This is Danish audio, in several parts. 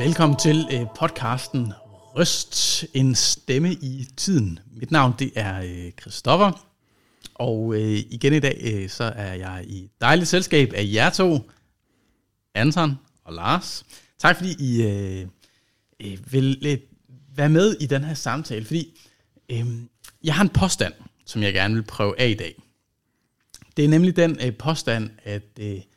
Velkommen til podcasten Røst, en stemme i tiden. Mit navn det er Christoffer, og igen i dag så er jeg i dejligt selskab af jer to, Anton og Lars. Tak fordi I vil være med i den her samtale, fordi jeg har en påstand, som jeg gerne vil prøve af i dag. Det er nemlig den påstand, at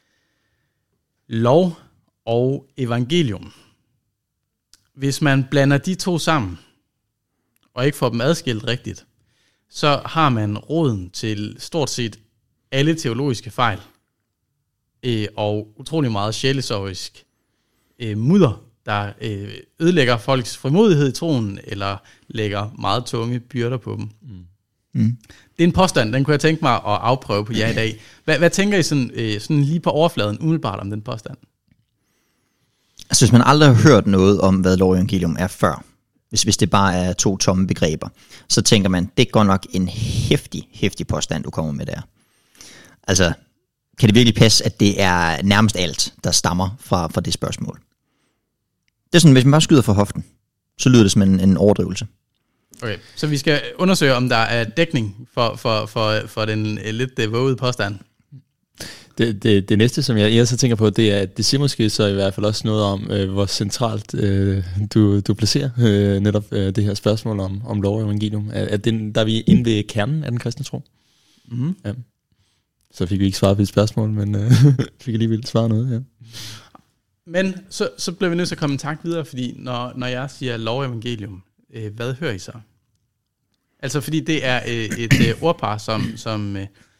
lov og evangelium, hvis man blander de to sammen, og ikke får dem adskilt rigtigt, så har man roden til stort set alle teologiske fejl, og utrolig meget sjælesorgisk mudder, der ødelægger folks frimodighed i troen, eller lægger meget tunge byrder på dem. Det er en påstand, den kunne jeg tænke mig at afprøve på jer i dag. Hvad tænker I sådan lige på overfladen umiddelbart om den påstand? Altså hvis man aldrig har hørt noget om, hvad lov og evangelium er før, hvis det bare er to tomme begreber, så tænker man, det går nok en heftig påstand, du kommer med der. Altså, kan det virkelig passe, at det er nærmest alt, der stammer fra det spørgsmål? Det er sådan, hvis man bare skyder fra hoften, så lyder det som en overdrivelse. Okay, så vi skal undersøge, om der er dækning for den lidt vågede påstand. Det næste, som jeg så tænker på, det er, at det siger måske så i hvert fald også noget om, hvor centralt du placerer netop det her spørgsmål om lov og evangelium. Der er vi inde ved kernen af den kristne tro. Mm-hmm. Ja. Så fik vi ikke svaret på et spørgsmål, men fik alligevel svaret noget. Ja. Men så bliver vi nødt til at komme en takt videre, fordi når jeg siger lov og evangelium, hvad hører I så? Altså fordi det er et ordpar, som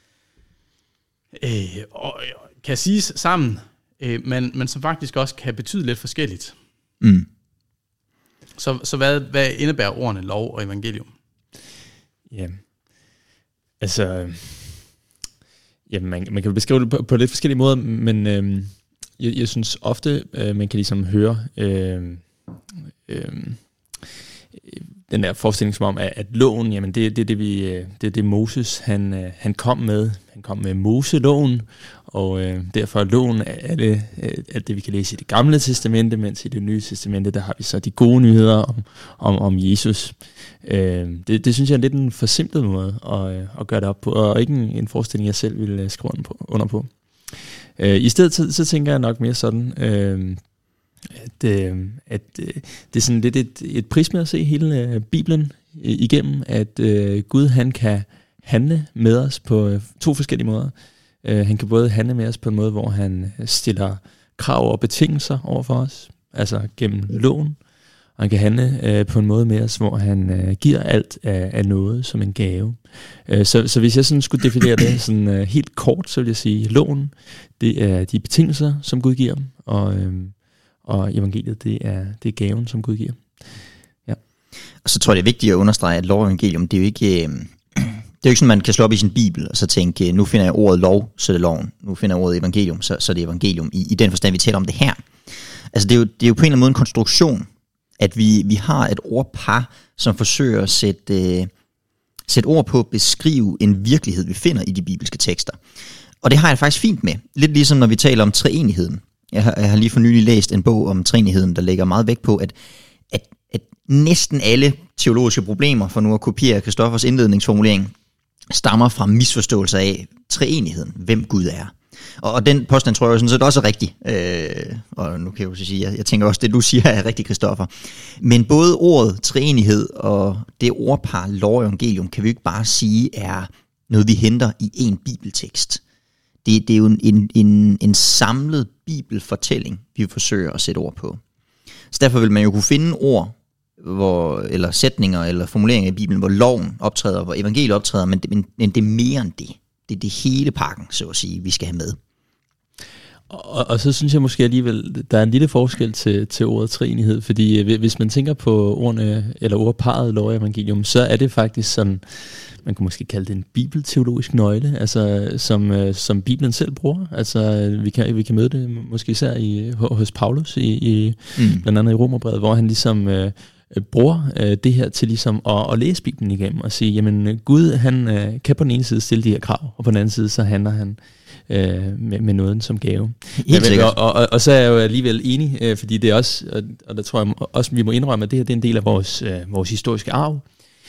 kan siges sammen, men som faktisk også kan betyde lidt forskelligt. Mm. Så hvad indebærer ordene lov og evangelium? Ja, altså, man kan beskrive det på lidt forskellige måder, men jeg synes ofte, man kan ligesom høre den der forestilling som om, at loven, jamen det er det Moses, han kom med. Han kom med Moseloven, og derfor er loven alt det, vi kan læse i det gamle testamente, mens i det nye testamente, der har vi så de gode nyheder om Jesus. Det synes jeg er lidt en forsimplet måde at gøre det op på, og ikke en forestilling, jeg selv vil skrive under på. I stedet så tænker jeg nok mere sådan, at det er sådan lidt et prisme at se hele Bibelen igennem, at Gud han kan handle med os på to forskellige måder. Han kan både handle med os på en måde, hvor han stiller krav og betingelser over for os, altså gennem loven, og han kan handle på en måde med os, hvor han giver alt af noget som en gave. Så hvis jeg sådan skulle definere det sådan helt kort, så vil jeg sige, loven, det er de betingelser, som Gud giver, og evangeliet, det er gaven, som Gud giver. Ja. Og så tror jeg, det er vigtigt at understrege, at lov og evangelium, det er jo ikke sådan, man kan slå op i sin bibel, og så tænke, nu finder jeg ordet lov, så er det loven. Nu finder jeg ordet evangelium, så er det evangelium. I den forstand, vi taler om det her. Altså, det er jo på en eller anden måde en konstruktion, at vi har et ordpar, som forsøger at sætte ord på at beskrive en virkelighed, vi finder i de bibelske tekster. Og det har jeg faktisk fint med. Lidt ligesom når vi taler om treenigheden. Jeg har lige for nylig læst en bog om treenigheden, der lægger meget vægt på, at næsten alle teologiske problemer, for nu at kopiere Christoffers indledningsformulering, stammer fra misforståelser af treenigheden, hvem Gud er. Og den påstand tror jeg sådan set også er rigtig. Og nu kan jeg jo sige, jeg tænker også, det du siger er rigtigt, Christoffer. Men både ordet treenighed og det ordpar lov og evangelium, kan vi ikke bare sige, er noget, vi henter i en bibeltekst. Det er jo en samlet bibelfortælling, vi forsøger at sætte ord på. Så derfor vil man jo kunne finde ord, eller sætninger, eller formuleringer i Bibelen, hvor loven optræder, hvor evangeliet optræder, men det er mere end det. Det er det hele pakken, så at sige, vi skal have med. Og så synes jeg måske alligevel, der er en lille forskel til ordet treenighed, fordi hvis man tænker på ordene, eller ordparret lov og evangelium, så er det faktisk sådan, man kunne måske kalde det en bibelteologisk nøgle, altså som Bibelen selv bruger. Altså vi kan møde det måske især hos Paulus, blandt andet i Romerbrevet, hvor han ligesom bruger det her til ligesom at læse Bibelen igennem og sige, jamen Gud, han kan på den ene side stille de her krav, og på den anden side så handler han med nåden som gave. Helt sikkert. Og så er jeg jo alligevel enig, fordi det er også, og der tror jeg også, vi må indrømme, at det her det er en del af vores historiske arv.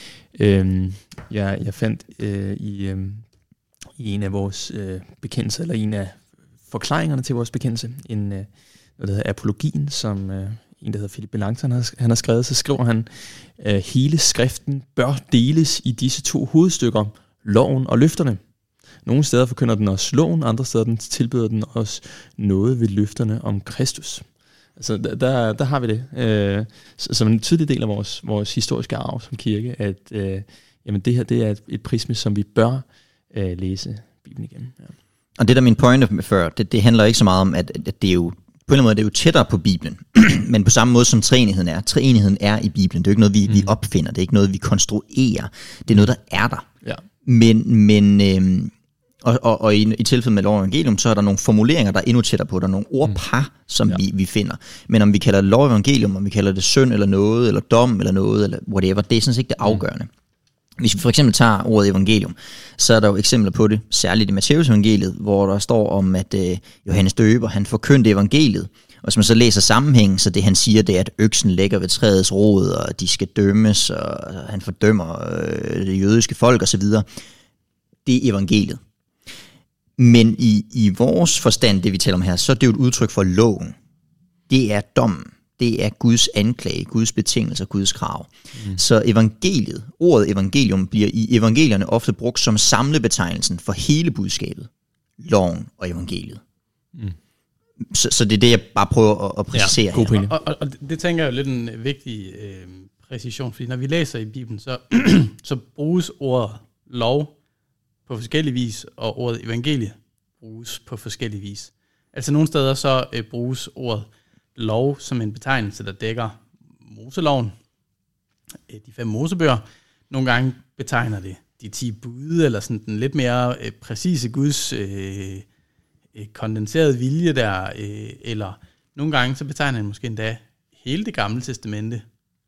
Jeg fandt i en af vores bekendelser, eller en af forklaringerne til vores bekendelse, noget der hedder Apologien, som en der hedder Philip Melanchthon han har skrevet, så skriver han, hele skriften bør deles i disse 2 hovedstykker, loven og løfterne. Nogle steder forkynder den os loven, andre steder tilbyder den os noget ved løfterne om Kristus. Altså der har vi det som en tydelig del af vores historiske arv som kirke, at jamen det her det er et prisme, som vi bør læse Bibelen igennem. Ja. Og det der min pointe med før, det handler ikke så meget om, at det er jo på en eller anden måde, det er jo tættere på Bibelen, men på samme måde som treenigheden er. Treenigheden er i Bibelen. Det er jo ikke noget, vi opfinder. Det er ikke noget, vi konstruerer. Det er noget, der er der. Ja. Men og i tilfældet med lov og evangelium, så er der nogle formuleringer, der er endnu tættere på. Der er nogle ordpar, som vi finder. Men om vi kalder det lov og evangelium, om vi kalder det synd eller noget, eller dom eller noget, eller whatever, det er sådan set ikke det afgørende. Hvis vi for eksempel tager ordet evangelium, så er der jo eksempler på det, særligt i Matteus evangeliet, hvor der står om, at Johannes Døber, han forkyndte evangeliet. Og hvis man så læser sammenhængen, så det han siger, det er, at øksen ligger ved træets rod, og de skal dømmes, og han fordømmer det jødiske folk osv. Det er evangeliet. Men i vores forstand, det vi taler om her, så er det jo et udtryk for loven. Det er dommen. Det er Guds anklage, Guds betingelser, Guds krav. Så evangeliet, ordet evangelium, bliver i evangelierne ofte brugt som samlebetegnelsen for hele budskabet. Loven og evangeliet. Så det er det, jeg bare prøver at præcisere her. Og det tænker jeg jo lidt en vigtig præcision, fordi når vi læser i Bibelen, så bruges ordet lov på forskellig vis, og ordet evangelie bruges på forskellig vis. Altså nogle steder så bruges ordet lov som en betegnelse, der dækker Moseloven, de 5 Mosebøger. Nogle gange betegner det de 10 bud, eller sådan den lidt mere præcise Guds kondenserede vilje der, eller nogle gange så betegner det måske endda hele det gamle testamente.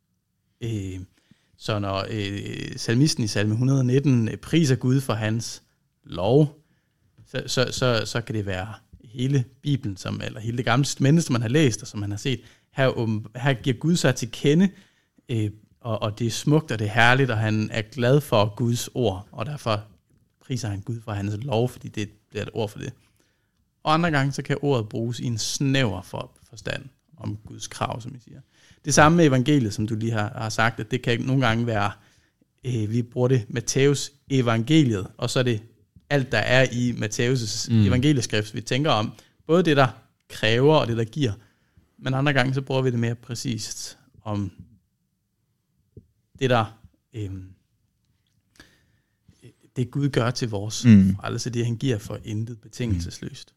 Så når salmisten i salme 119 priser Gud for hans lov, så kan det være hele Bibelen, eller hele det gamle testamente, som man har læst og som man har set. Her giver Gud sig til kende, og det er smukt og det er herligt, og han er glad for Guds ord, og derfor priser han Gud for hans lov, fordi det bliver et ord for det. Og andre gange, så kan ordet bruges i en snæver forstand om Guds krav, som I siger. Det samme med evangeliet, som du lige har sagt, at det kan nogle gange være, vi bruger det Matteus evangeliet, og så er det alt, der er i Matteus' evangelieskrift, vi tænker om. Både det, der kræver, og det, der giver. Men andre gange, så bruger vi det mere præcist om det, der det Gud gør til vores frelse, det han giver for intet betingelsesløst.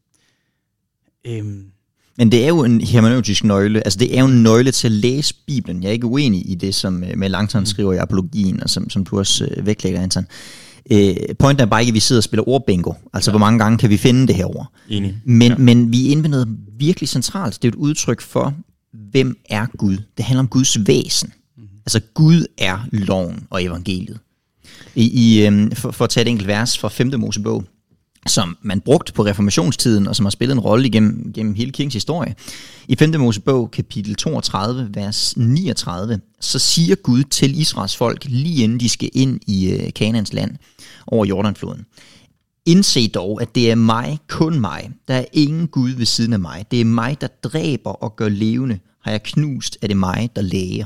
Men det er jo en hermeneutisk nøgle, altså det er jo en nøgle til at læse Bibelen. Jeg er ikke uenig i det, som Melanchthon skriver i Apologien, og som du også vægtlægger, Anton. Pointen er bare ikke, at vi sidder og spiller ordbingo. Altså, hvor mange gange kan vi finde det her ord? Enig. Men vi er inde ved noget virkelig centralt. Det er et udtryk for, hvem er Gud? Det handler om Guds væsen. Altså, Gud er loven og evangeliet. For at tage et enkelt vers fra 5. Mosebog, som man brugte på reformationstiden, og som har spillet en rolle gennem hele kirkens historie. I 5. Mosebog, kapitel 32, vers 39, så siger Gud til Israels folk, lige inden de skal ind i Kanaans land over Jordanfloden: indse dog, at det er mig, kun mig. Der er ingen Gud ved siden af mig. Det er mig, der dræber og gør levende. Har jeg knust, er det mig, der læger.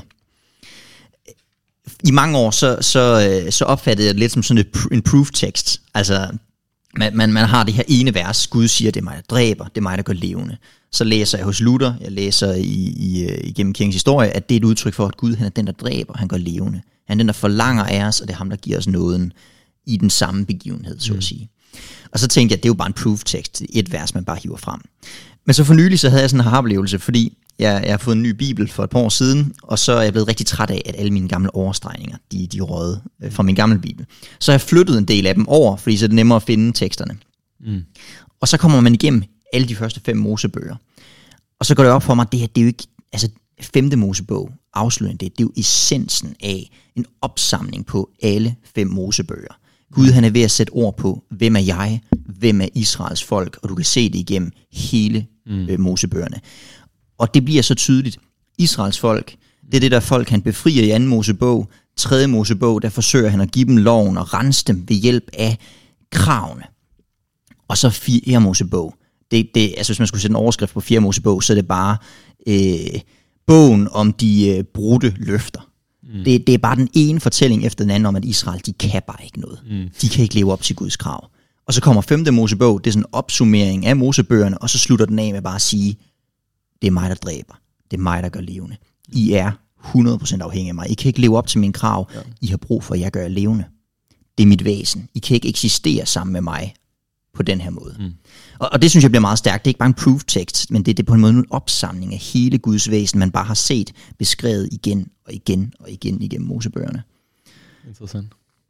I mange år, så opfattede jeg det lidt som sådan en proof-tekst. Altså, man har det her ene vers, Gud siger, det er mig, der dræber, det er mig, der gør levende. Så læser jeg hos Luther, jeg læser igennem kirkens historie, at det er et udtryk for, at Gud han er den, der dræber, han gør levende. Han er den, der forlanger af os, og det er ham, der giver os nåden i den samme begivenhed, så at sige. Og så tænkte jeg, at det er jo bare en proof-tekst, et vers, man bare hiver frem. Men så for nylig, så havde jeg sådan en oplevelse, fordi jeg har fået en ny bibel for et par år siden, og så er jeg blevet rigtig træt af, at alle mine gamle overstregninger, de røde fra min gamle bibel. Så har jeg flyttet en del af dem over, fordi så er det nemmere at finde teksterne. Og så kommer man igennem alle de første 5 Mosebøger. Og så går det op for mig, at det her, det er jo ikke, altså 5. Mosebog, afsløringen det er jo essensen af en opsamling på alle 5 Mosebøger. Gud han er ved at sætte ord på, hvem er jeg? hvem er Israels folk, og du kan se det igennem hele Mosebøgerne. Og det bliver så tydeligt. Israels folk, det er det der folk, han befrier i 2. Mosebog. 3. Mosebog, der forsøger han at give dem loven og rense dem ved hjælp af kravene. Og så 4. Mosebog. Altså hvis man skulle sætte en overskrift på 4. Mosebog, så er det bare bogen om de brudte løfter. Det er bare den ene fortælling efter den anden om, at Israel, de kan bare ikke noget. De kan ikke leve op til Guds krav. Og så kommer 5. Mosebog, det er sådan en opsummering af Mosebøgerne, og så slutter den af med bare at sige, det er mig, der dræber. Det er mig, der gør levende. I er 100% afhængige af mig. I kan ikke leve op til mine krav. I har brug for, at jeg gør jer levende. Det er mit væsen. I kan ikke eksistere sammen med mig på den her måde. Og det synes jeg bliver meget stærkt. Det er ikke bare en proof tekst, men det er på en måde en opsamling af hele Guds væsen, man bare har set beskrevet igen og igen og igen igennem Mosebøgerne. Interessant.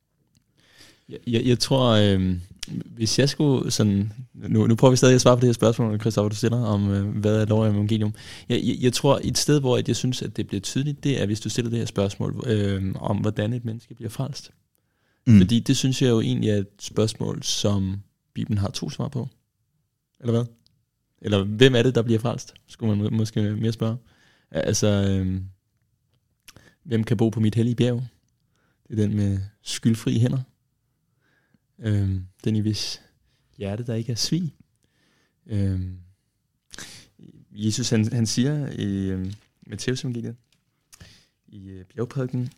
Jeg tror, hvis jeg skulle sådan... Nu prøver vi stadig at svare på det her spørgsmål, Christoffer, du stiller om, hvad er lov og evangelium. Jeg tror, et sted, hvor jeg synes, at det bliver tydeligt, det er, hvis du stiller det her spørgsmål om, hvordan et menneske bliver frelst. Fordi det synes jeg jo egentlig er et spørgsmål, som Bibelen har 2 svar på. Eller hvad? Eller hvem er det, der bliver frelst? Skulle man måske mere spørge. Altså, hvem kan bo på mit hellige bjerg? Det er den med skyldfri hænder. Den i hvis hjerte, der ikke er svig. Jesus, han siger i Matteus evangeliet, i bjergprædiken,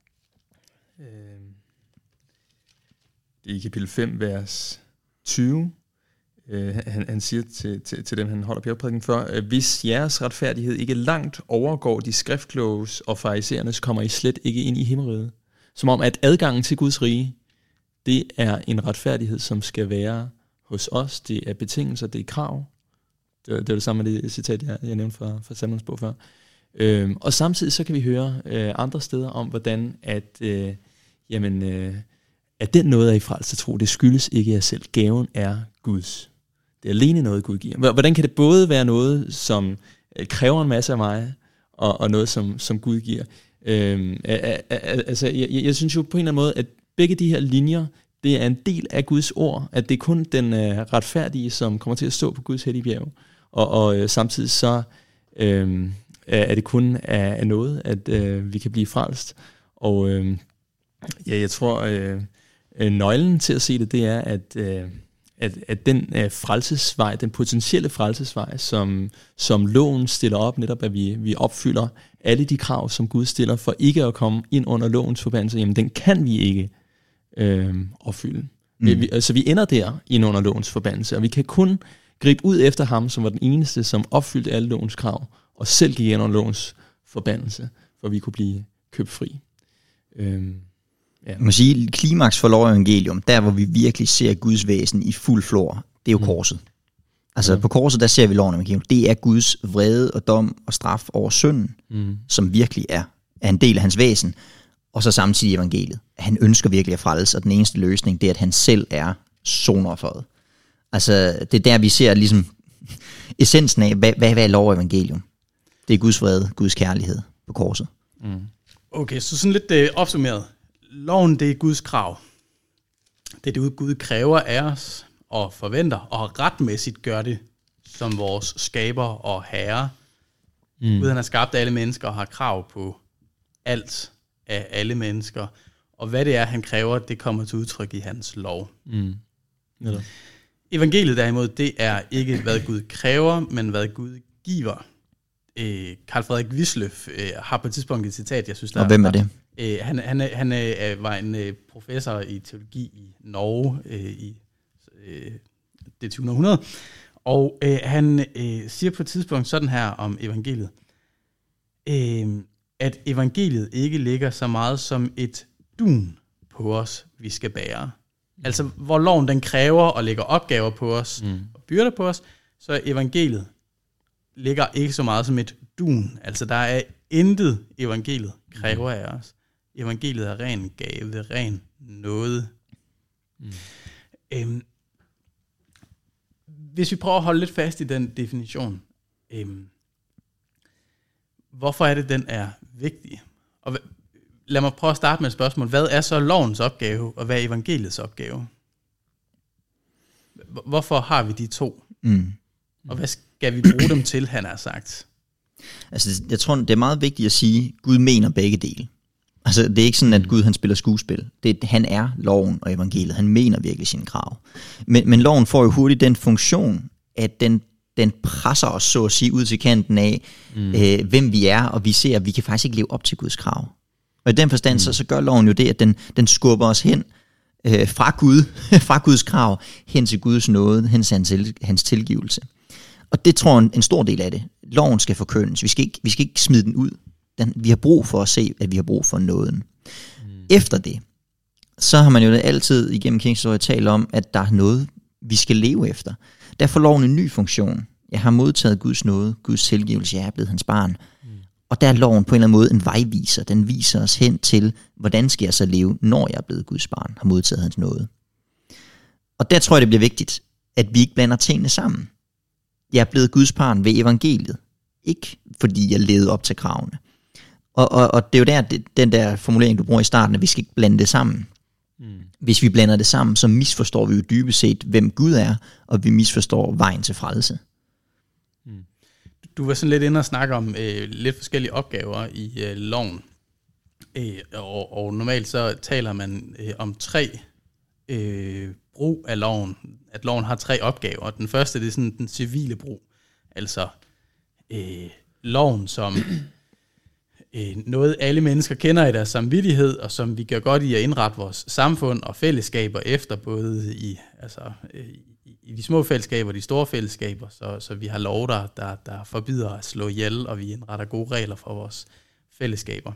i kapitel 5, vers 20, han siger til dem, han holder bjergprædiken for, hvis jeres retfærdighed ikke langt overgår de skriftkloges og fariseernes, kommer I slet ikke ind i himmelriget. Som om, at adgangen til Guds rige, det er en retfærdighed, som skal være hos os. Det er betingelser, det er krav. Det er det samme med det citat, jeg nævnte fra Salmons bog før. Og samtidig så kan vi høre andre steder om, hvordan at den noget af i frelse tro, det skyldes ikke af selv. Gaven er Guds. Det er alene noget, Gud giver. Hvordan kan det både være noget, som kræver en masse af mig, og noget, som Gud giver? Jeg synes jo på en eller anden måde, at begge de her linjer, det er en del af Guds ord, at det er kun den retfærdige, som kommer til at stå på Guds hellige bjerg. Og samtidig så er det kun af noget, at vi kan blive frelst. Og jeg tror, nøglen til at se det, det er, at den frelsesvej, den potentielle frelsesvej, som loven stiller op, netop at vi opfylder alle de krav, som Gud stiller for ikke at komme ind under lovens forbandelse, jamen den kan vi ikke opfylde. Så vi ender der ind under lovens forbandelse, og vi kan kun gribe ud efter ham, som var den eneste, som opfyldte alle lovens krav, og selv gik ind under lovens forbandelse, for vi kunne blive købt fri. Man må sige, klimaks for lov og evangelium, der hvor vi virkelig ser Guds væsen i fuld flor, det er jo korset. Altså på korset, der ser vi loven og evangelium. Det er Guds vrede og dom og straf over synden, som virkelig er en del af hans væsen. Og så samtidig evangeliet. Han ønsker virkelig at frelse, og den eneste løsning, det er, at han selv er sonofferet. Altså, det er der, vi ser ligesom essensen af, hvad er lov og evangelium? Det er Guds vrede, Guds kærlighed på korset. Okay, så sådan lidt opsummeret. Loven, det er Guds krav. Det er det, Gud kræver af os og forventer, og retmæssigt gør det som vores skaber og herre. Gud, han har skabt alle mennesker og har krav på alt af alle mennesker. Og hvad det er, han kræver, det kommer til udtryk i hans lov. Evangeliet derimod, det er ikke, hvad Gud kræver, men hvad Gud giver. Carl Frederik Wisløff har på et tidspunkt et citat, jeg synes, der og hvem er det? Han var en professor i teologi i Norge i det 20. århundrede, og han siger på et tidspunkt sådan her om evangeliet, at evangeliet ikke ligger så meget som et dun på os, vi skal bære. Altså, hvor loven den kræver og lægger opgaver på os og byrder på os, så evangeliet ligger ikke så meget som et dun. Altså, der er intet evangeliet kræver af os. Evangeliet er ren gave, ren nåde. Hvis vi prøver at holde lidt fast i den definition, hvorfor er det, den er vigtig? Og lad mig prøve at starte med et spørgsmål. Hvad er så lovens opgave, og hvad er evangeliets opgave? hvorfor har vi de to? Mm. Og hvad skal vi bruge dem til, han har sagt? Altså, jeg tror, det er meget vigtigt at sige, at Gud mener begge dele. Altså, det er ikke sådan, at Gud han spiller skuespil. Han er loven og evangeliet. Han mener virkelig sine krav. Men loven får jo hurtigt den funktion, at den presser os, så at sige, ud til kanten af, hvem vi er, og vi ser, at vi kan faktisk ikke leve op til Guds krav. Og i den forstand, så gør loven jo det, at den skubber os hen fra Gud, fra Guds krav, hen til Guds nåde, hen til hans tilgivelse. Og det tror jeg en stor del af det. Loven skal forkyndes. Vi skal ikke smide den ud. Vi har brug for at se, at vi har brug for nåden. Efter det, så har man jo altid igennem kirkehistorien talt om, at der er noget, vi skal leve efter. Der får loven en ny funktion. Jeg har modtaget Guds nåde, Guds tilgivelse, jeg er blevet hans barn. Og der er loven på en eller anden måde en vejviser. Den viser os hen til, hvordan skal jeg så leve, når jeg er blevet Guds barn, har modtaget hans nåde. Og der tror jeg, det bliver vigtigt, at vi ikke blander tingene sammen. Jeg er blevet Guds barn ved evangeliet. Ikke fordi jeg levede op til kravene. Og det er jo den der formulering, du bruger i starten, at vi skal ikke blande det sammen. Hvis vi blander det sammen, så misforstår vi jo dybest set, hvem Gud er, og vi misforstår vejen til frelse. Du var sådan lidt inde og snakke om lidt forskellige opgaver i loven. Og normalt så taler man om 3 brug af loven. At loven har 3 opgaver. Den første, det er sådan den civile brug. Altså loven som noget alle mennesker kender i deres samvittighed, og som vi gør godt i at indrette vores samfund og fællesskaber efter, både i de små fællesskaber og de store fællesskaber, så vi har lov, der forbyder at slå ihjel, og vi indretter gode regler for vores fællesskaber.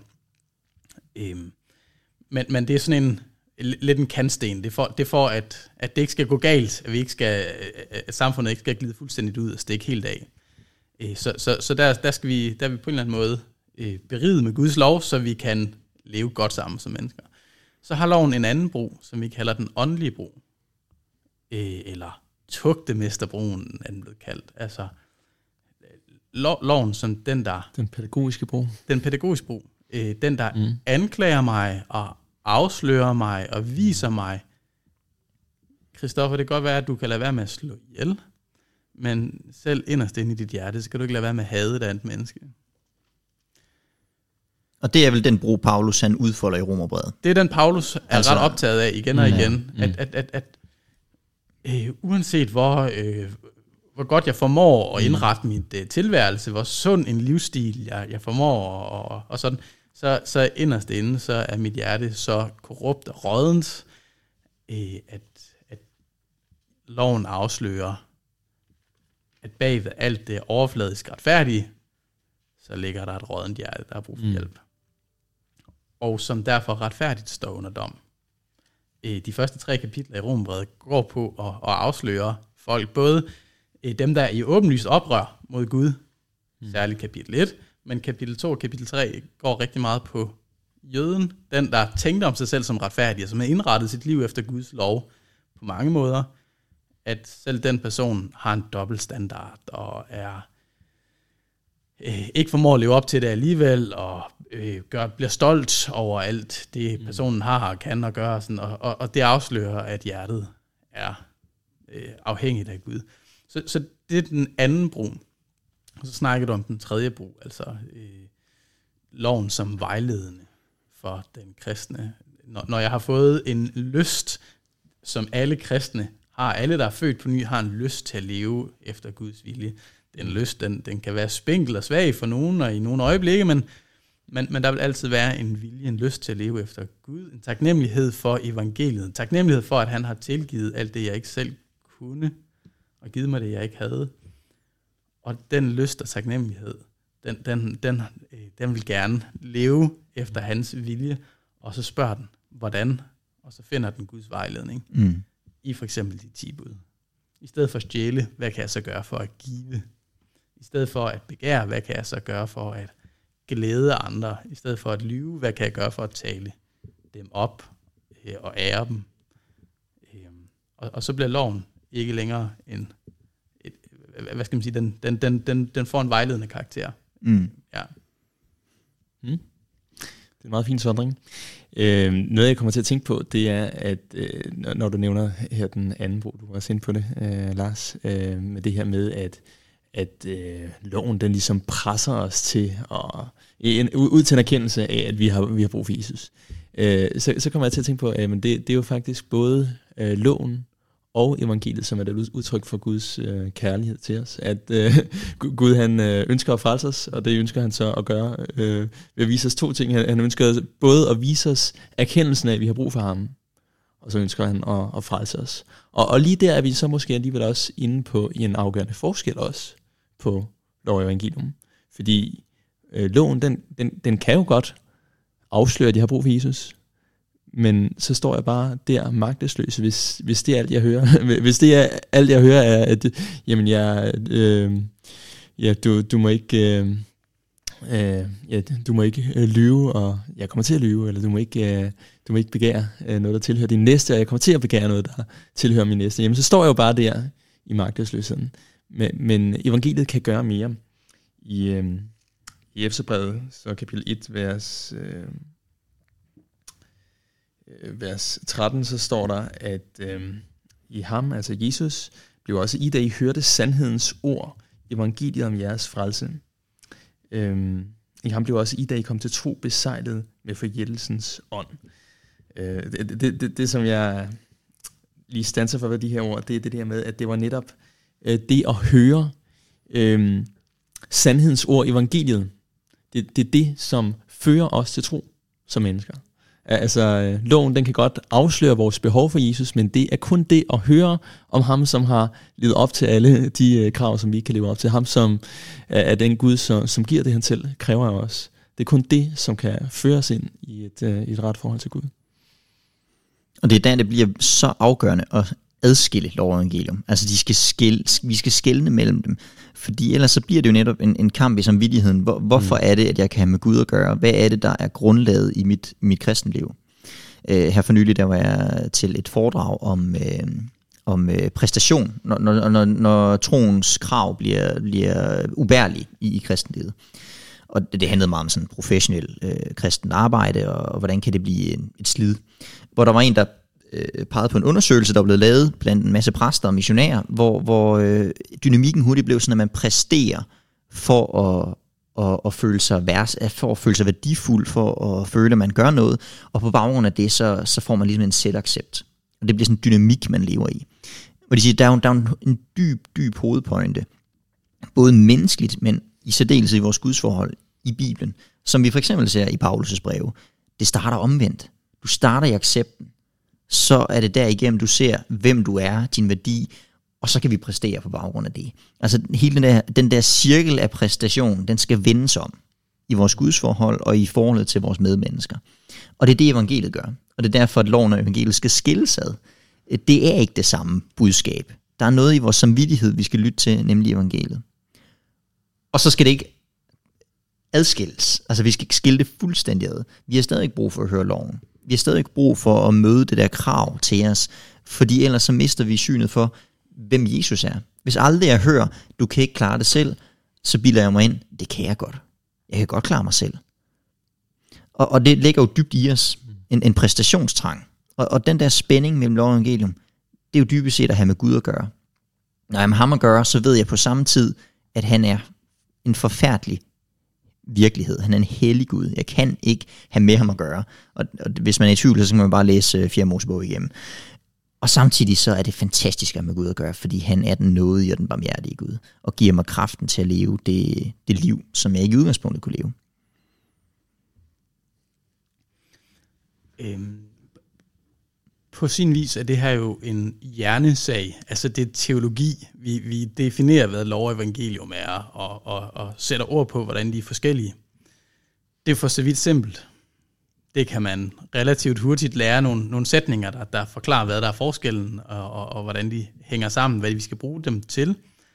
Men det er sådan lidt en kantsten. Det for at det ikke skal gå galt, at samfundet ikke skal glide fuldstændigt ud og stikke helt af. Så der er vi på en eller anden måde beriget med Guds lov, så vi kan leve godt sammen som mennesker. Så har loven en anden brug, som vi kalder den åndelige brug, eller tugtemesterbrugen er den blevet kaldt. Altså loven som den der... Den pædagogiske brug. Den pædagogiske brug. Den der anklager mig og afslører mig og viser mig. Christoffer, det kan godt være, at du kan lade være med at slå ihjel, men selv inderst inde i dit hjerte, så kan du ikke lade være med at hade et andet menneske. Og det er vel den brug, Paulus han udfolder i Romerbrevet. Det er den, Paulus er ret optaget af igen og igen. At uanset hvor godt jeg formår at indrette mit tilværelse, hvor sund en livsstil jeg formår, og sådan, så inderst inde, så er mit hjerte så korrupt og råddent, at loven afslører, at bagved alt det overfladisk retfærdige, så ligger der et råddent hjerte, der har brug for hjælp. Og som derfor retfærdigt står under dom. De første 3 kapitler i Romerbrevet går på at afsløre folk, både dem, der er i åbenlyst oprør mod Gud, særligt kapitel 1, men kapitel 2 og kapitel 3 går rigtig meget på jøden, den der tænkte om sig selv som retfærdig, og som har indrettet sit liv efter Guds lov på mange måder, at selv den person har en dobbeltstandard, og er ikke formår at leve op til det alligevel, og bliver stolt over alt det, personen har og kan og gøre, sådan, og det afslører, at hjertet er afhængigt af Gud. Så det er den anden brug. Og så snakker du om den tredje brug, altså loven som vejledende for den kristne. Når jeg har fået en lyst, som alle kristne har, alle der er født på ny, har en lyst til at leve efter Guds vilje. Den lyst, den kan være spinkel og svag for nogen, og i nogle øjeblikke, men der vil altid være en vilje, en lyst til at leve efter Gud, en taknemmelighed for evangeliet, en taknemmelighed for, at han har tilgivet alt det, jeg ikke selv kunne, og givet mig det, jeg ikke havde. Og den lyst og taknemmelighed, den vil gerne leve efter hans vilje, og så spørger den, hvordan, og så finder den Guds vejledning i for eksempel de 10 bud. I stedet for at stjæle, hvad kan jeg så gøre for at give? I stedet for at begære, hvad kan jeg så gøre for at glæde andre? I stedet for at lyve, hvad kan jeg gøre for at tale dem op og ære dem? Og så bliver loven ikke længere hvad skal man sige, den får en vejledende karakter. Det en meget fin sondring. Noget, jeg kommer til at tænke på, det er, at når du nævner her den anden bog, du var også inde på det, Lars, med det her med, at loven den ligesom presser os til ud til en erkendelse af, at vi har brug for Jesus. Så kommer jeg til at tænke på, at det er jo faktisk både loven og evangeliet, som er et udtryk for Guds kærlighed til os. At Gud han ønsker at frelse os, og det ønsker han så at gøre ved at vise os to ting. Han ønsker både at vise os erkendelsen af, at vi har brug for ham, og så ønsker han at frelse os. Og lige der er vi så måske alligevel også inde på i en afgørende forskel også på lov og evangelium. Fordi loven, den kan jo godt afsløre, at de har brug for Jesus. Men så står jeg bare der magtesløs, hvis det er alt, jeg hører. Hvis det er alt, jeg hører, er, at jamen, du må ikke... du må ikke lyve, og jeg kommer til at lyve, eller du må ikke begære noget, der tilhører din næste, og jeg kommer til at begære noget, der tilhører min næste. Jamen, så står jeg jo bare der i magtesløsheden. Men evangeliet kan gøre mere. I Efeserbrevet, så kapitel 1, vers 13, så står der, at i ham, altså Jesus, blev også I, da I hørte sandhedens ord, evangeliet om jeres frelse. I ham blev også I, da I kom til tro, besejlet med forjættelsens ånd. Det som jeg lige standser for ved de her ord, det er det der med, at det var netop det at høre sandhedens ord, evangeliet. Det er det, som fører os til tro som mennesker. Altså, loven den kan godt afsløre vores behov for Jesus, men det er kun det at høre om ham, som har levet op til alle de krav, som vi ikke kan leve op til. Ham, som er den Gud, som giver det, han selv kræver af os. Det er kun det, som kan føre os ind i et ret forhold til Gud. Og det er der, det bliver så afgørende at adskille lov og evangelium. Altså, vi skal skelne mellem dem. Fordi ellers så bliver det jo netop en kamp i samvittigheden. Hvorfor er det, at jeg kan have med Gud at gøre? Hvad er det, der er grundlaget i mit kristenliv? Her for nylig, der var jeg til et foredrag om præstation, når troens krav bliver ubærlige i kristenlivet. Og det handlede meget om sådan professionel kristen arbejde, og hvordan kan det blive et slid. Hvor der var en, der pegede på en undersøgelse, der blev lavet blandt en masse præster og missionærer, hvor dynamikken hurtigt blev sådan, at man præsterer for at føle sig værdifuld, for at føle, at man gør noget, og på baggrund af det, så får man ligesom en selvaccept. Og det bliver sådan en dynamik, man lever i. Og de siger, der er en dyb hovedpointe, både menneskeligt, men i særdeleshed i vores gudsforhold i Bibelen, som vi for eksempel ser i Paulus' breve. Det starter omvendt. Du starter i accepten, så er det derigennem, du ser, hvem du er, din værdi, og så kan vi præstere på baggrund af det. Altså hele den der cirkel af præstation, den skal vendes om i vores gudsforhold og i forholdet til vores medmennesker. Og det er det, evangeliet gør. Og det er derfor, at loven og evangeliet skal skilles ad. Det er ikke det samme budskab. Der er noget i vores samvittighed, vi skal lytte til, nemlig evangeliet. Og så skal det ikke adskilles. Altså vi skal ikke skille det fuldstændig ad. Vi har stadig ikke brug for at høre loven. Vi har stadig ikke brug for at møde det der krav til os, fordi ellers så mister vi synet for, hvem Jesus er. Hvis aldrig jeg hører, du kan ikke klare det selv, så bilder jeg mig ind, det kan jeg godt. Jeg kan godt klare mig selv. Og det ligger jo dybt i os, en præstationstrang. Og den der spænding mellem lov og evangelium, det er jo dybest set at have med Gud at gøre. Når jeg har med ham at gøre, så ved jeg på samme tid, at han er en forfærdelig virkelighed. Han er en hellig Gud. Jeg kan ikke have med ham at gøre. Og hvis man er i tvivl, så kan man bare læse 4. Mosebog igennem. Og samtidig så er det fantastisk at have med Gud at gøre, fordi han er den nådige og den barmhjertige Gud, og giver mig kraften til at leve det liv, som jeg ikke i udgangspunktet kunne leve. På sin vis er det her jo en hjernesag. Altså det er teologi. Vi definerer, hvad lov og evangelium er, og sætter ord på, hvordan de er forskellige. Det er for så vidt simpelt. Det kan man relativt hurtigt lære nogle sætninger, der forklarer, hvad der er forskellen, og hvordan de hænger sammen, hvad vi skal bruge dem til.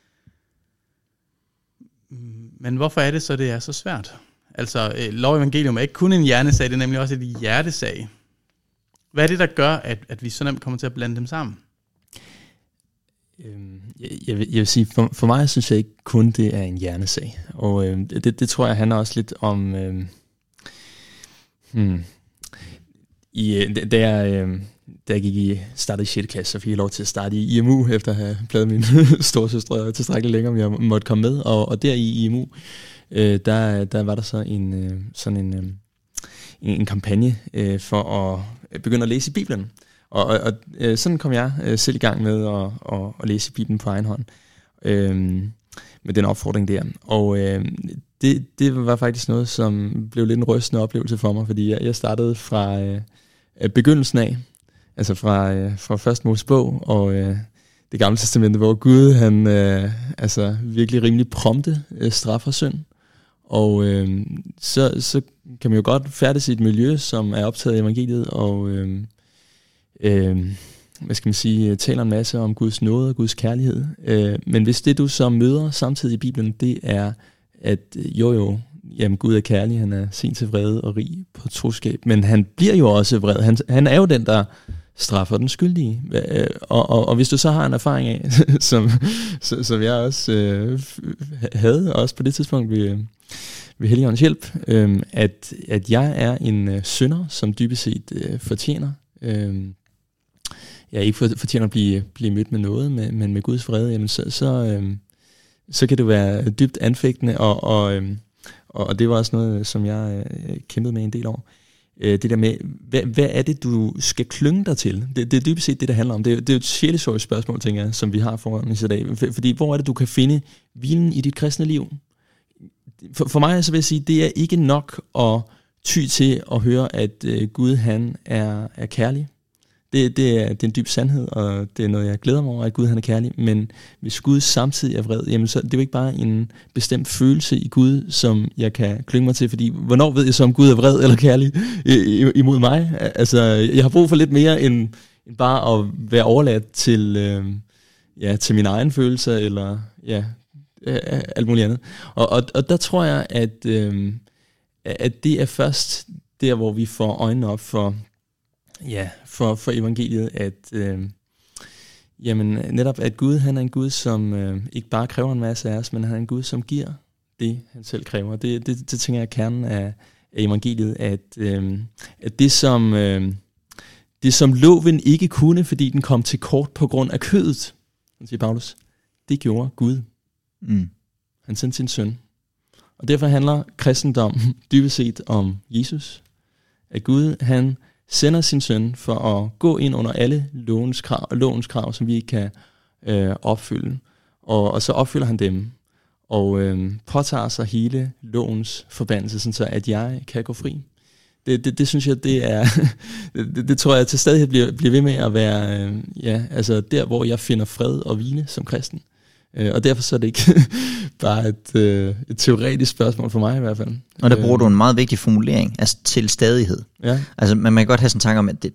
Men hvorfor er det så, det er så svært? Altså, lov og evangelium er ikke kun en hjernesag, det er nemlig også et hjertesag. Hvad er det, der gør, at vi så nemt kommer til at blande dem sammen? Jeg vil sige, for mig synes jeg ikke kun, det er en hjernesag. Og det tror jeg handler også lidt om... Da jeg startede i 6. klasse, så fik jeg lov til at starte i IMU, efter at have pladet min storesøstre tilstrækkeligt længere, om jeg måtte komme med. Og der i IMU, der var der så en kampagne for at begynde at læse i Bibelen. Og sådan kom jeg selv i gang med at læse Bibelen på egen hånd, med den opfordring der. Og det var faktisk noget, som blev lidt en rystende oplevelse for mig, fordi jeg startede fra begyndelsen af, altså fra første Mosebog og det gamle testamente, hvor Gud han altså virkelig rimelig prompte straffer synd. Og så kan man jo godt færdes i et miljø, som er optaget i evangeliet, og hvad skal man sige, taler en masse om Guds nåde og Guds kærlighed. Men hvis det du så møder samtidig i Bibelen, det er, at jamen Gud er kærlig, han er sen til vrede og rig på troskab, men han bliver jo også vred. Han er jo den, der straffer den skyldige. Og hvis du så har en erfaring af, som jeg også havde, også på det tidspunkt ved Helligåndens hjælp, at jeg er en synder, som dybest set fortjener. Jeg ikke fortjener at blive mødt med noget, men med Guds vrede, jamen så kan det være dybt anfægtende, og det var også noget, som jeg kæmpede med en del år. Det der med, hvad er det, du skal klynge dig til? Det er dybest set det, der handler om. Det er jo et sjælesorgs spørgsmål, tænker jeg, som vi har foran os i dag. Fordi hvor er det, du kan finde hvilen i dit kristne liv? For mig så vil jeg sige, det er ikke nok at ty til at høre, at Gud han er kærlig. Det er en dyb sandhed, og det er noget, jeg glæder mig over, at Gud han er kærlig. Men hvis Gud samtidig er vred, jamen så det er jo ikke bare en bestemt følelse i Gud, som jeg kan klynge mig til. Fordi hvornår ved jeg så, om Gud er vred eller kærlig imod mig? Altså, jeg har brug for lidt mere end bare at være overladt til mine egne følelser, eller alt muligt andet. Og der tror jeg, at det er først der, hvor vi får øjnene op for evangeliet, at jamen netop at Gud han er en Gud, som ikke bare kræver en masse af os, men han er en Gud, som giver det, han selv kræver. Det tænker jeg er kernen af evangeliet, at det som loven ikke kunne, fordi den kom til kort på grund af kødet, siger Paulus, det gjorde Gud. Han sendte sin søn. Og derfor handler kristendom dybest set om Jesus. At Gud han sender sin søn for at gå ind under alle lovens krav, som vi ikke kan opfylde. Og så opfylder han dem, og påtager sig hele lovens forbandelse, sådan så at jeg kan gå fri. Det synes jeg, det er det tror jeg til stadighed bliver ved med at være altså der, hvor jeg finder fred og hvile som kristen. Og derfor så er det ikke bare et teoretisk spørgsmål for mig i hvert fald. Og der bruger du en meget vigtig formulering, altså til stadighed. Ja. Altså man kan godt have sådan en tanke om, at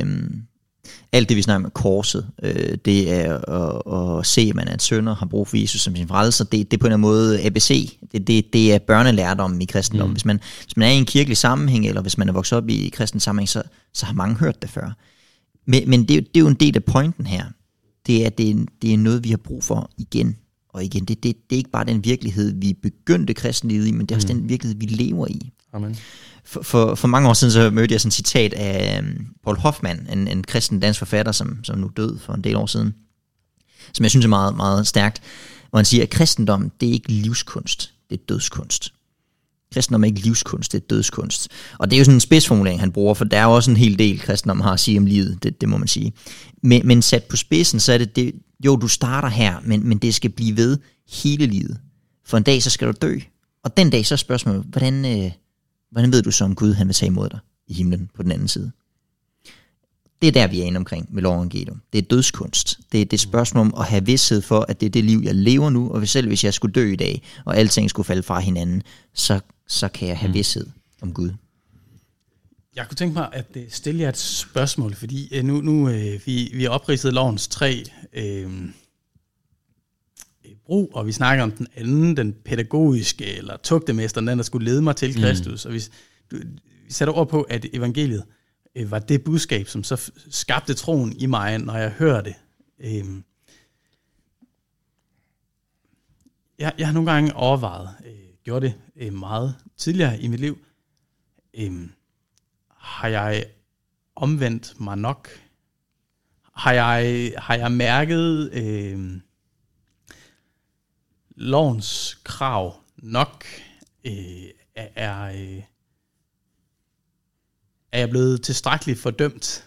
alt det vi snakker om korset, det er at se, at man er en synder, har brug for Jesus som sin frelser, det er på en eller anden måde ABC. Det er børnelærdommen i kristendom. Hvis man er i en kirkelig sammenhæng, eller hvis man er vokset op i kristen sammenhæng, så har mange hørt det før. Men det er jo en del af pointen her. Det er noget, vi har brug for igen og igen. Det er ikke bare den virkelighed, vi begyndte kristenlivet i, men det er også den virkelighed, vi lever i. Amen. For mange år siden, så mødte jeg sådan et citat af Paul Hoffmann, en kristen dansk forfatter, som nu død for en del år siden, som jeg synes er meget, meget stærkt, hvor han siger, at kristendom, det er ikke livskunst, det er dødskunst. Kristendom er ikke livskunst, det er dødskunst. Og det er jo sådan en spidsformulering, han bruger, for der er jo også en hel del kristendom har at sige om livet, det må man sige. Men sat på spidsen, så er det, jo, du starter her, men det skal blive ved hele livet. For en dag, så skal du dø. Og den dag, så er spørgsmålet, hvordan ved du så, om Gud han vil tage imod dig i himlen på den anden side? Det er der, vi er inde omkring med lov og evangelium. Det er dødskunst. Det er et spørgsmål om at have vidsthed for, at det er det liv, jeg lever nu, og selv hvis jeg skulle dø i dag, og alting skulle falde fra hinanden, så kan jeg have vidsthed om Gud. Jeg kunne tænke mig at stille jer et spørgsmål, fordi nu vi har opridset lovens 3 brug, og vi snakker om den anden, den pædagogiske, eller tugtemesteren, den der skulle lede mig til Kristus, og vi sætter ord på, at evangeliet var det budskab, som så skabte troen i mig, når jeg hører det. Jeg har nogle gange overvejet, gjorde det meget tidligere i mit liv, har jeg omvendt mig nok? Har jeg mærket lovens krav nok? Er jeg blevet tilstrækkeligt fordømt,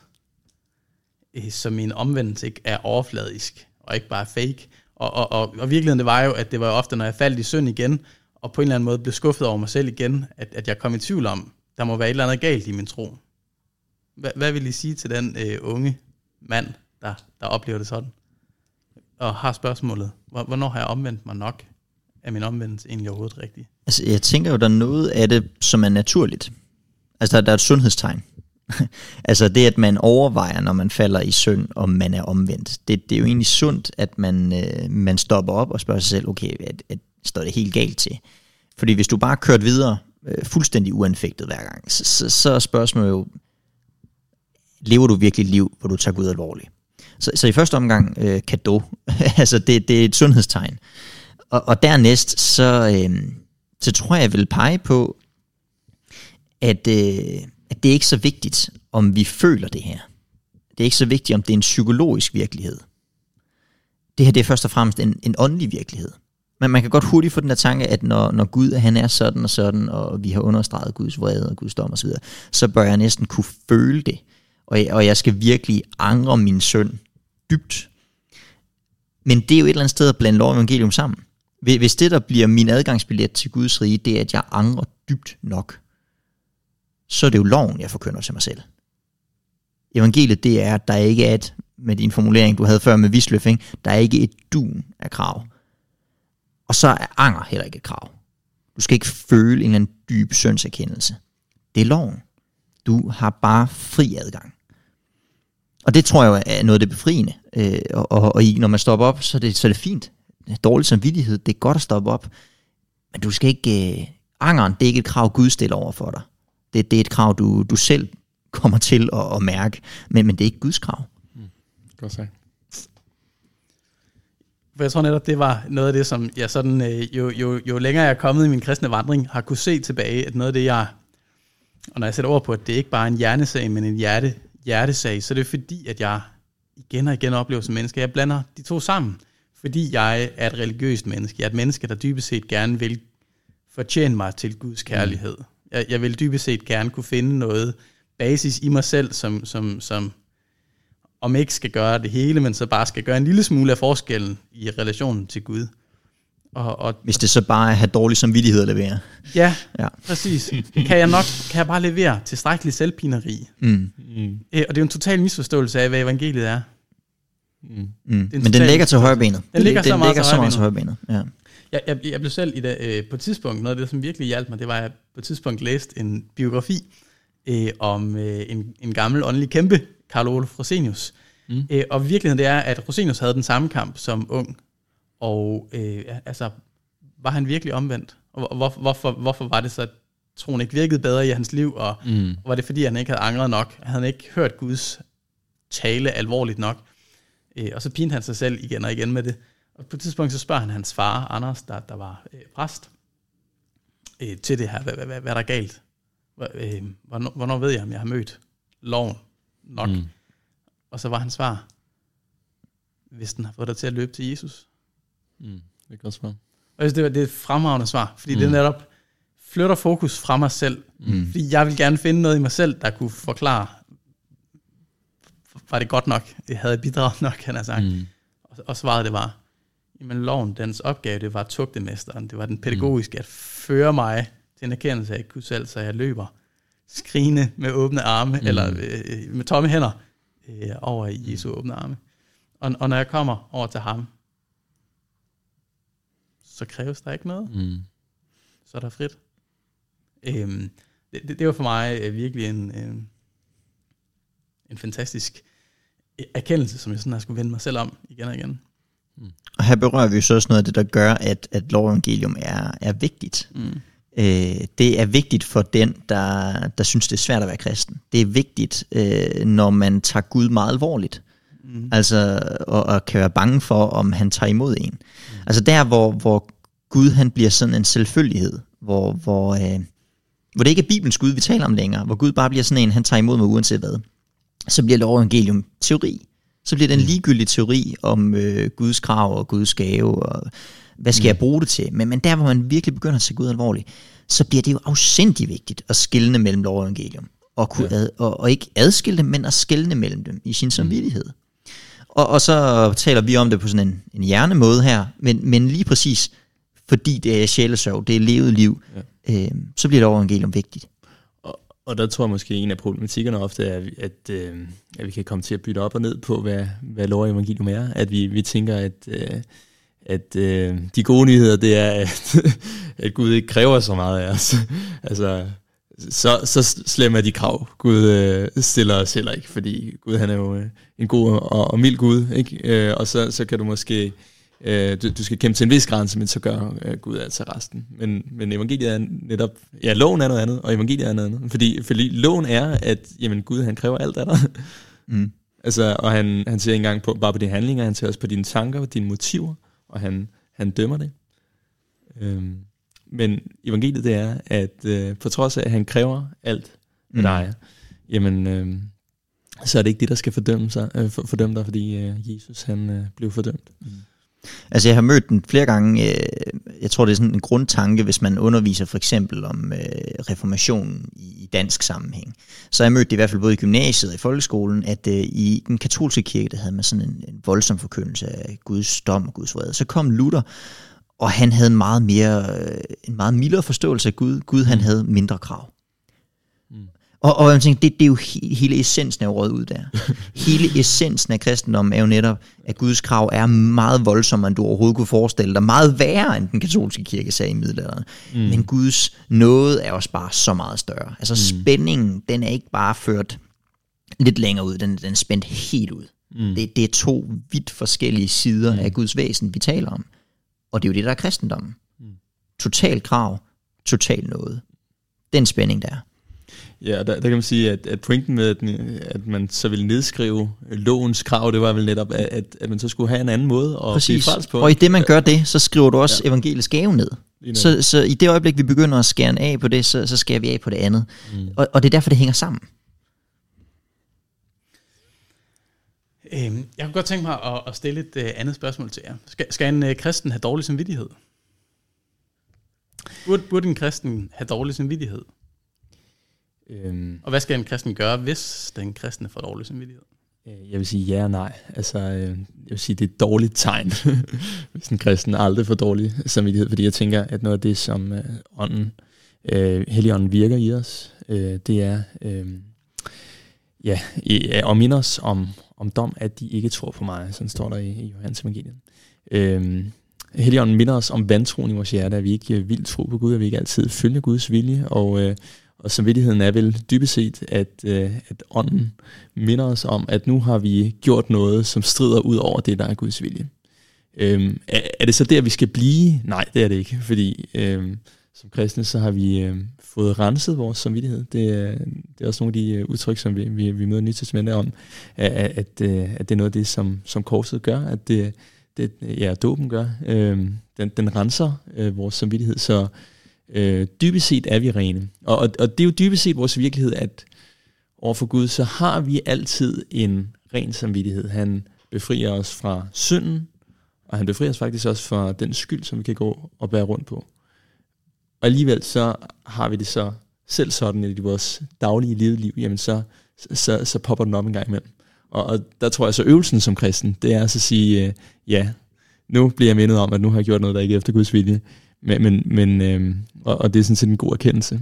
så min omvendelse ikke er overfladisk og ikke bare fake? Og virkeligheden det var jo, at det var ofte, når jeg faldt i synd igen, og på en eller anden måde blev skuffet over mig selv igen, at jeg kom i tvivl om, der må være et eller andet galt i min tro. Hvad vil I sige til den unge mand, der oplever det sådan? Og har spørgsmålet, hvornår har jeg omvendt mig nok? Er min omvendelse egentlig overhovedet rigtig? Altså, jeg tænker jo, der er noget af det, som er naturligt. Altså, der er et sundhedstegn. Altså, det at man overvejer, når man falder i synd, om man er omvendt. Det er jo egentlig sundt, at man stopper op og spørger sig selv, okay, at står det helt galt til? Fordi hvis du bare kørt videre, fuldstændig uanfægtet hver gang, så er spørgsmålet jo, lever du virkelig et liv, hvor du tager Gud alvorligt? Så i første omgang, cadeau. Altså, det er et sundhedstegn. Og dernæst, så tror jeg vil pege på, at det er ikke så vigtigt, om vi føler det her. Det er ikke så vigtigt, om det er en psykologisk virkelighed. Det her det er først og fremmest en åndelig virkelighed. Men man kan godt hurtigt få den der tanke, at når Gud han er sådan og sådan, og vi har understreget Guds vrede og Guds dom osv., så bør jeg næsten kunne føle det. Og jeg skal virkelig angre min synd dybt. Men det er jo et eller andet sted at blande lov og evangelium sammen. Hvis det, der bliver min adgangsbillet til Guds rige, det er, at jeg angrer dybt nok, så er det jo loven, jeg forkynder til mig selv. Evangeliet, det er, at der ikke er et, med din formulering, du havde før med Wisløff, ikke? Der er ikke et dun af krav. Og så er anger heller ikke et krav. Du skal ikke føle en eller anden dyb syndserkendelse. Det er loven. Du har bare fri adgang. Og det tror jeg jo er noget af det befriende. Og når man stopper op, så er det fint. Dårlig samvittighed, det er godt at stoppe op. Men du skal ikke... angeren, det er ikke et krav, Gud stiller over for dig. Det er et krav, du selv kommer til at mærke. Men det er ikke Guds krav. Godt sagt. For jeg tror netop, det var noget af det, som jeg sådan, jo længere jeg er kommet i min kristne vandring, har kunne se tilbage, at noget af det, og når jeg sætter ord på, at det ikke bare er en hjernesag, men en hjertesag, så det er fordi, at jeg igen og igen oplever som menneske, jeg blander de to sammen. Fordi jeg er et religiøst menneske. Jeg er et menneske, der dybest set gerne vil fortjene mig til Guds kærlighed. Jeg vil dybest set gerne kunne finde noget basis i mig selv, som om ikke skal gøre det hele, men så bare skal gøre en lille smule af forskellen i relationen til Gud. Og hvis det så bare er at have dårlig samvittighed at levere. Ja, præcis. Kan jeg bare levere tilstrækkelig selvpineri? Og det er jo en total misforståelse af, hvad evangeliet er. Men den ligger til højrebenet. Den ligger så meget til højrebenet. Ja. Jeg blev selv på et tidspunkt, noget af det, som virkelig hjalp mig, det var, at jeg på et tidspunkt læste en biografi om en gammel åndelig kæmpe, Karl Olof Rosenius. Og virkeligheden det er, at Rosenius havde den samme kamp som ung. Og var han virkelig omvendt? Og hvorfor var det så, at troen ikke virkede bedre i hans liv? Og var det fordi, han ikke havde angret nok? Havde han ikke hørt Guds tale alvorligt nok? Og så pinte han sig selv igen og igen med det. Og på et tidspunkt så spørger han hans far, Anders, der var præst, til det her, hvad er der galt? Hvornår ved jeg, om jeg har mødt loven nok? Og så var hans svar, hvis den har fået dig til at løbe til Jesus. Det er godt svar. Og det er et fremragende svar, fordi det netop flytter fokus fra mig selv. Fordi jeg vil gerne finde noget i mig selv, der kunne forklare, var det godt nok? Det havde bidraget nok, han har sagt. Og svaret det var, jamen loven, dens opgave, det var tugtemesteren. Det var den pædagogiske, at føre mig til en erkendelse af, at jeg kunne selv, så jeg løber skrigende med åbne arme, eller med tomme hænder, over i Jesu åbne arme. Og når jeg kommer over til ham, så kræves der ikke noget. Så er der frit. Det var for mig virkelig en fantastisk erkendelse, som jeg sådan har skulle vende mig selv om igen og igen. Og her berører vi jo så også noget af det, der gør, at lovevangelium er vigtigt. Det er vigtigt for den, der synes, det er svært at være kristen. Det er vigtigt, når man tager Gud meget alvorligt. Altså, og kan være bange for, om han tager imod en. Altså der, hvor Gud han bliver sådan en selvfølgelighed, hvor hvor det ikke er Bibelens Gud, vi taler om længere, hvor Gud bare bliver sådan en, han tager imod mig uanset hvad, så bliver lov og evangelium teori. Så bliver den ligegyldig teori om Guds krav og Guds gave, og hvad skal jeg bruge det til? Men der, hvor man virkelig begynder at tage Gud alvorligt, så bliver det jo afsindig vigtigt at skelne mellem lov og evangelium. Og, og ikke adskille dem, men at skelne mellem dem i sin samvittighed. Og så taler vi om det på sådan en hjernemåde her, men lige præcis, fordi det er sjælesørg, det er levet liv, så bliver lov og evangelium vigtigt. Og der tror jeg måske, en af problematikkerne ofte er, at vi kan komme til at bytte op og ned på, hvad lov og evangelium er. At vi tænker, at de gode nyheder, det er, at Gud ikke kræver så meget af os. Altså, så slemme er de krav, Gud stiller os heller ikke, fordi Gud han er jo en god og mild Gud, ikke? Og så kan du måske, du skal kæmpe til en vis grænse, men så gør Gud altså resten. Men evangeliet er netop, ja, loven er noget andet, og evangeliet er noget andet. Fordi loven er, at jamen, Gud han kræver alt af dig. Altså, og han ser ikke engang bare på dine handlinger, han ser også på dine tanker og dine motiver, og han dømmer det. Men evangeliet det er, at på trods af, at han kræver alt af dig, jamen, så er det ikke det, der skal fordømme dig, fordi Jesus han blev fordømt. Altså jeg har mødt den flere gange, jeg tror det er sådan en grundtanke, hvis man underviser for eksempel om reformationen i dansk sammenhæng. Så har jeg mødt det i hvert fald både i gymnasiet og i folkeskolen, at i den katolske kirke, der havde man sådan en voldsom forkyndelse af Guds dom og Guds vrede. Så kom Luther, og han havde en meget mildere forståelse af Gud. Gud han havde mindre krav. Og jeg tænker, det er jo hele essensen af røget ud der. Hele essensen af kristendommen er jo netop, at Guds krav er meget voldsommere, end du overhovedet kunne forestille dig. Meget værre, end den katolske kirke sagde i middelalderen. Men Guds nåde er også bare så meget større. Altså spændingen, den er ikke bare ført lidt længere ud, den er spændt helt ud. Det er to vidt forskellige sider af Guds væsen, vi taler om. Og det er jo det, der er kristendommen. Total krav, total nåde. Den spænding der. Ja, der kan man sige, at pointen med, at man så ville nedskrive lovens krav, det var vel netop, at man så skulle have en anden måde at blive frelst på. Og i det man gør det, så skriver du også evangelisk gave ned. Så i det øjeblik, vi begynder at skære af på det, så skærer vi af på det andet. Og det er derfor, det hænger sammen. Jeg kunne godt tænke mig at stille et andet spørgsmål til jer. Skal en kristen have dårlig samvittighed? Burde en kristen have dårlig samvittighed? Og hvad skal en kristen gøre, hvis den kristne får dårlig samvittighed? Jeg vil sige ja og nej. Altså, jeg vil sige, det er et dårligt tegn, hvis en kristen aldrig får dårlig samvittighed, fordi jeg tænker, at noget af det, som Helligånden virker i os, det er at minde os om dom, at de ikke tror på mig. Sådan står der i Johannes evangeliet. Helligånden minder os om vantroen i vores hjerte, at vi ikke vil tro på Gud, at vi ikke altid følger Guds vilje, og samvittigheden er vel dybest set, at ånden minder os om, at nu har vi gjort noget, som strider ud over det, der er Guds vilje. Er det så der, vi skal blive? Nej, det er det ikke, fordi som kristne, så har vi fået renset vores samvittighed. Det er også nogle af de udtryk, som vi møder i Nye Testamentet om, at det er noget af det, som korset gør, at dåben gør. Den renser vores samvittighed, så dybest set er vi rene. Og det er jo dybest set vores virkelighed, at overfor Gud, så har vi altid en ren samvittighed. Han befrier os fra synden, og han befrier os faktisk også fra den skyld, som vi kan gå og bære rundt på. Og alligevel så har vi det så selv sådan i vores daglige liv, jamen så popper den op en gang imellem. Og der tror jeg så øvelsen som kristen, det er at sige, nu bliver jeg mindet om, at nu har jeg gjort noget, der ikke er efter Guds vilje. Og det er sådan set en god erkendelse.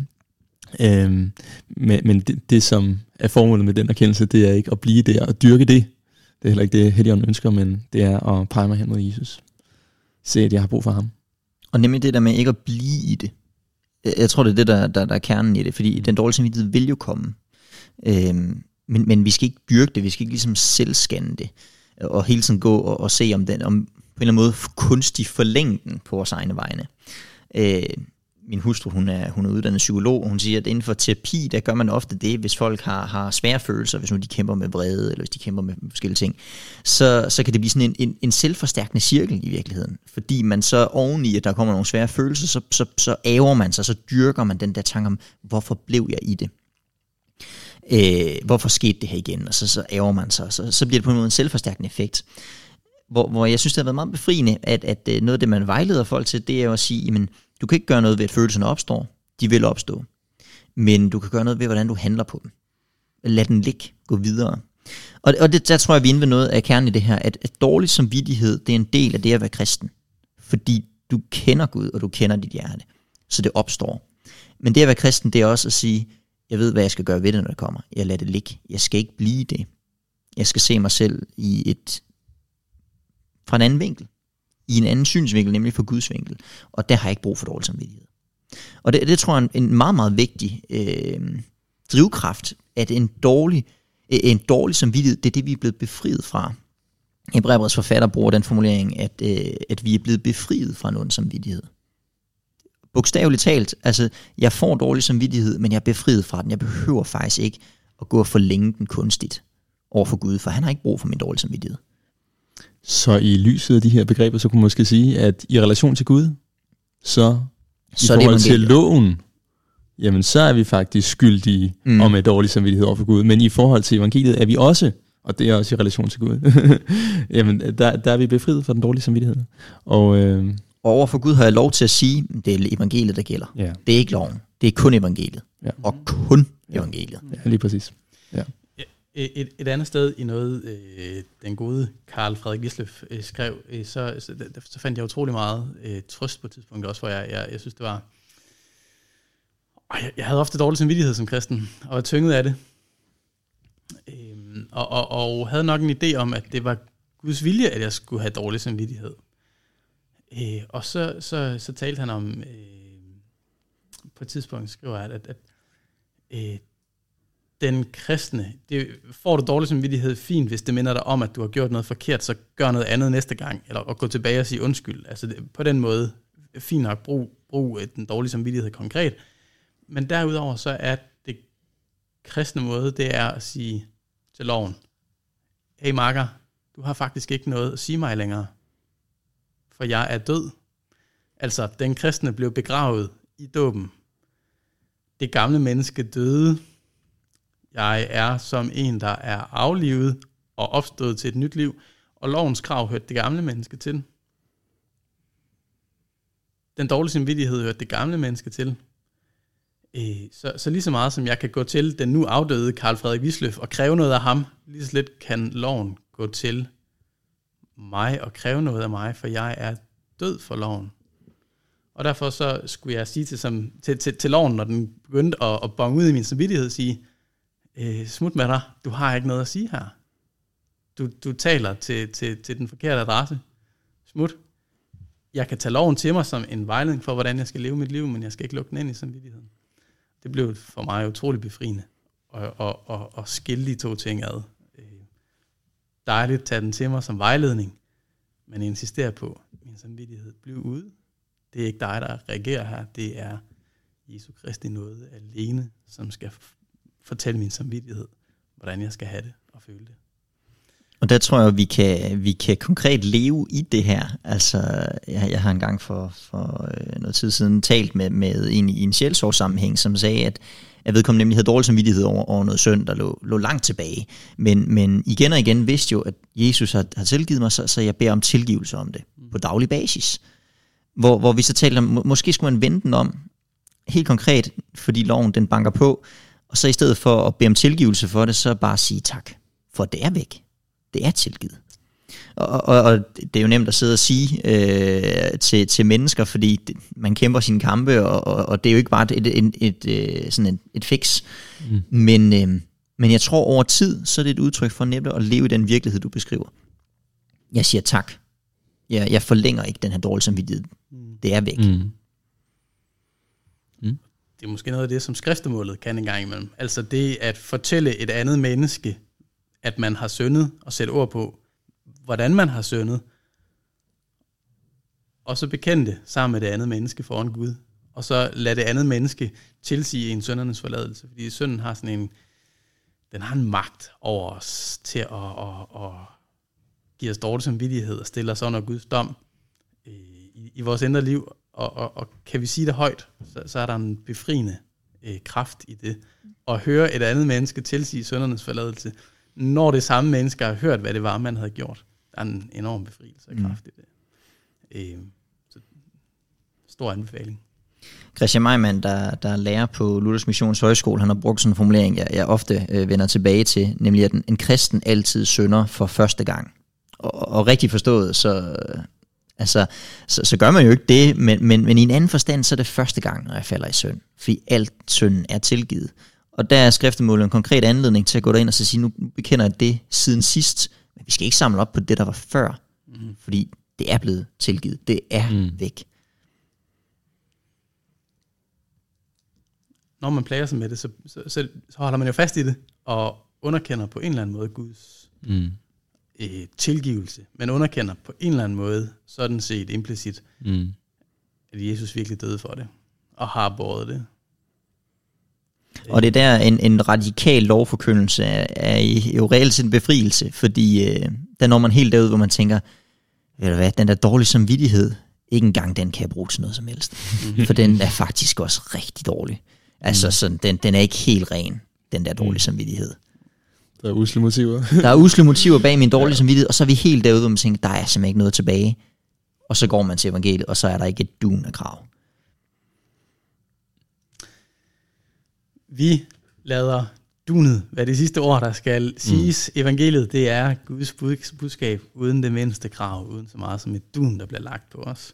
Men det som er formålet med den erkendelse, det er ikke at blive der og dyrke det. Det er heller ikke det, Helligånden ønsker, men det er at pege mig hen mod Jesus. Se, at jeg har brug for ham. Og nemlig det der med ikke at blive i det. Jeg tror, det er det, der er kernen i det, fordi den dårlige samvittighed vil jo komme. Men vi skal ikke dyrke det, vi skal ikke ligesom selvscanne det, og hele tiden gå og se om den, om på en eller anden måde kunstigt forlænge den på vores egne vegne. min hustru, hun er uddannet psykolog, og hun siger, at inden for terapi, der gør man ofte det, hvis folk har svære følelser, hvis nu de kæmper med vrede, eller hvis de kæmper med forskellige ting, så kan det blive sådan en selvforstærkende cirkel i virkeligheden. Fordi man så oveni, at der kommer nogle svære følelser, så ærger man sig, så dyrker man den der tanke om, hvorfor blev jeg i det? Hvorfor skete det her igen? Og så ærger man sig, så bliver det på en måde en selvforstærkende effekt. Hvor jeg synes, det har været meget befriende, at noget af det, man vejleder folk til, det er jo at sige, jamen, du kan ikke gøre noget ved, at følelserne opstår. De vil opstå. Men du kan gøre noget ved, hvordan du handler på dem. Lad den ligge. Gå videre. Og det, der tror jeg, vi er inde ved noget af kernen i det her, at dårlig samvittighed, det er en del af det at være kristen. Fordi du kender Gud, og du kender dit hjerte. Så det opstår. Men det at være kristen, det er også at sige, jeg ved, hvad jeg skal gøre ved det, når det kommer. Jeg lader det ligge. Jeg skal ikke blive det. Jeg skal se mig selv fra en anden vinkel. I en anden synsvinkel, nemlig fra Guds vinkel. Og der har jeg ikke brug for dårlig samvittighed. Og det tror jeg er en meget, meget vigtig drivkraft, at en dårlig samvittighed, det er det, vi er blevet befriet fra. Hebræerbrevets forfatter bruger den formulering, at vi er blevet befriet fra en ond samvittighed. Bogstaveligt talt, altså jeg får dårlig samvittighed, men jeg er befriet fra den. Jeg behøver faktisk ikke at gå og forlænge den kunstigt over for Gud, for han har ikke brug for min dårlige samvittighed. Så i lyset af de her begreber, så kunne man måske sige, at i relation til Gud, så i forhold til loven, jamen så er vi faktisk skyldige om en dårlig samvittighed over for Gud. Men i forhold til evangeliet er vi også, og det er også i relation til Gud, jamen der er vi befriet fra den dårlige samvittighed. Og over for Gud har jeg lov til at sige, det er evangeliet, der gælder. Ja. Det er ikke loven, det er kun evangeliet. Ja. Og kun evangeliet. Ja, lige præcis. Ja. Et andet sted i noget, den gode Karl Frederik Wisløff skrev, så fandt jeg utrolig meget trøst på et tidspunkt også, hvor jeg synes, det var... Jeg havde ofte dårlig samvittighed som kristen, og var tynget af det. Og havde nok en idé om, at det var Guds vilje, at jeg skulle have dårlig samvittighed. Og så talte han om, på et tidspunkt skriver jeg, at den kristne, får du dårlig samvittighed, fint, hvis det minder dig om, at du har gjort noget forkert, så gør noget andet næste gang, eller at gå tilbage og sige undskyld. Altså på den måde, fint nok, brug den dårlige samvittighed konkret. Men derudover så er det kristne måde, det er at sige til loven, hey makker, du har faktisk ikke noget at sige mig længere, for jeg er død. Altså, den kristne blev begravet i dåben. Det gamle menneske døde. Jeg er som en, der er aflivet og opstået til et nyt liv, og lovens krav hørte det gamle menneske til. Den dårlige samvittighed hørte det gamle menneske til. Så lige så meget som jeg kan gå til den nu afdøde Karl Frederik Wisløff og kræve noget af ham, lige så lidt kan loven gå til mig og kræve noget af mig, for jeg er død for loven. Og derfor så skulle jeg sige til loven, når den begyndte at bonge ud i min samvittighed, sige, smut med dig, du har ikke noget at sige her. Du taler til den forkerte adresse. Smut. Jeg kan tage loven til mig som en vejledning for, hvordan jeg skal leve mit liv, men jeg skal ikke lukke den ind i samvittigheden. Det blev for mig utrolig befriende at skille de to ting ad. Dejligt at tage den til mig som vejledning, men insistere på, at min samvittighed bliver ude. Det er ikke dig, der reagerer her. Det er Jesu Kristi nåde alene, som skal fortælle min samvittighed, hvordan jeg skal have det og føle det. Og der tror jeg, vi kan konkret leve i det her. Altså, jeg har engang for noget tid siden talt med en i en sjælsorgssammenhæng, som sagde, at vedkommende nemlig havde dårlig samvittighed over noget synd, der lå langt tilbage. Men igen og igen vidste jo, at Jesus har tilgivet mig, så jeg beder om tilgivelse om det på daglig basis. Hvor vi så talte om, måske skulle man vende den om, helt konkret, fordi loven den banker på, og så i stedet for at bede om tilgivelse for det, så bare sige tak, for det er væk. Det er tilgivet. Og det er jo nemt at sidde og sige til mennesker, fordi man kæmper sine kampe, og det er jo ikke bare et fix. Men jeg tror over tid, så er det et udtryk for nemt at leve i den virkelighed, du beskriver. Jeg siger tak. Jeg forlænger ikke den her dårlige samvittighed. Det er væk. Det er måske noget af det, som skriftemålet kan en gang imellem. Altså det at fortælle et andet menneske, at man har syndet, og sætte ord på, hvordan man har syndet, og så bekende det sammen med det andet menneske foran Gud, og så lad det andet menneske tilsige en syndernes forladelse. Fordi synden har den har en magt over os til at give os dårlig samvittighed og stille os under Guds dom i vores indre liv. Og kan vi sige det højt, så er der en befriende kraft i det. At høre et andet menneske tilsige syndernes forladelse, når det samme menneske har hørt, hvad det var, man havde gjort. Der er en enorm befrielse og kraft i det. Så stor anbefaling. Christian Meimann, der er lærer på Luthers Missions Højskole, han har brugt sådan en formulering, jeg ofte vender tilbage til, nemlig at en kristen altid synder for første gang. Og rigtig forstået, så gør man jo ikke det, men i en anden forstand, så er det første gang, når jeg falder i synd. Fordi alt synden er tilgivet. Og der er skriftemålet en konkret anledning til at gå derind og så sige, nu bekender jeg det siden sidst, men vi skal ikke samle op på det, der var før, fordi det er blevet tilgivet. Det er væk. Når man plager sig med det, så holder man jo fast i det, og underkender på en eller anden måde Guds tilgivelse. Man underkender på en eller anden måde, sådan set implicit, at Jesus virkelig døde for det, og har båret det. Og det er der en radikal lovforkyndelse er jo reelt en befrielse, fordi der når man helt derud, hvor man tænker, ved du hvad, den der dårlige samvittighed, ikke engang den kan jeg bruge til noget som helst. For den er faktisk også rigtig dårlig. Altså sådan, den er ikke helt ren, den der dårlige samvittighed. Der er usle motiver. Der er usle motiver bag min dårlige samvittighed, og så er vi helt derude, hvor man tænker, der er simpelthen ikke noget tilbage. Og så går man til evangeliet, og så er der ikke et dun af krav. Vi lader dunet være det sidste ord, der skal siges. Evangeliet, det er Guds budskab, uden det mindste krav, uden så meget som et dun, der bliver lagt på os.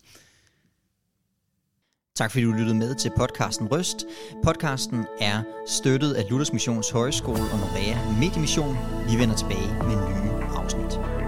Tak fordi du lyttede med til podcasten Røst. Podcasten er støttet af Luthers Missions Højskole og Norea Mediemission. Vi vender tilbage med nye afsnit.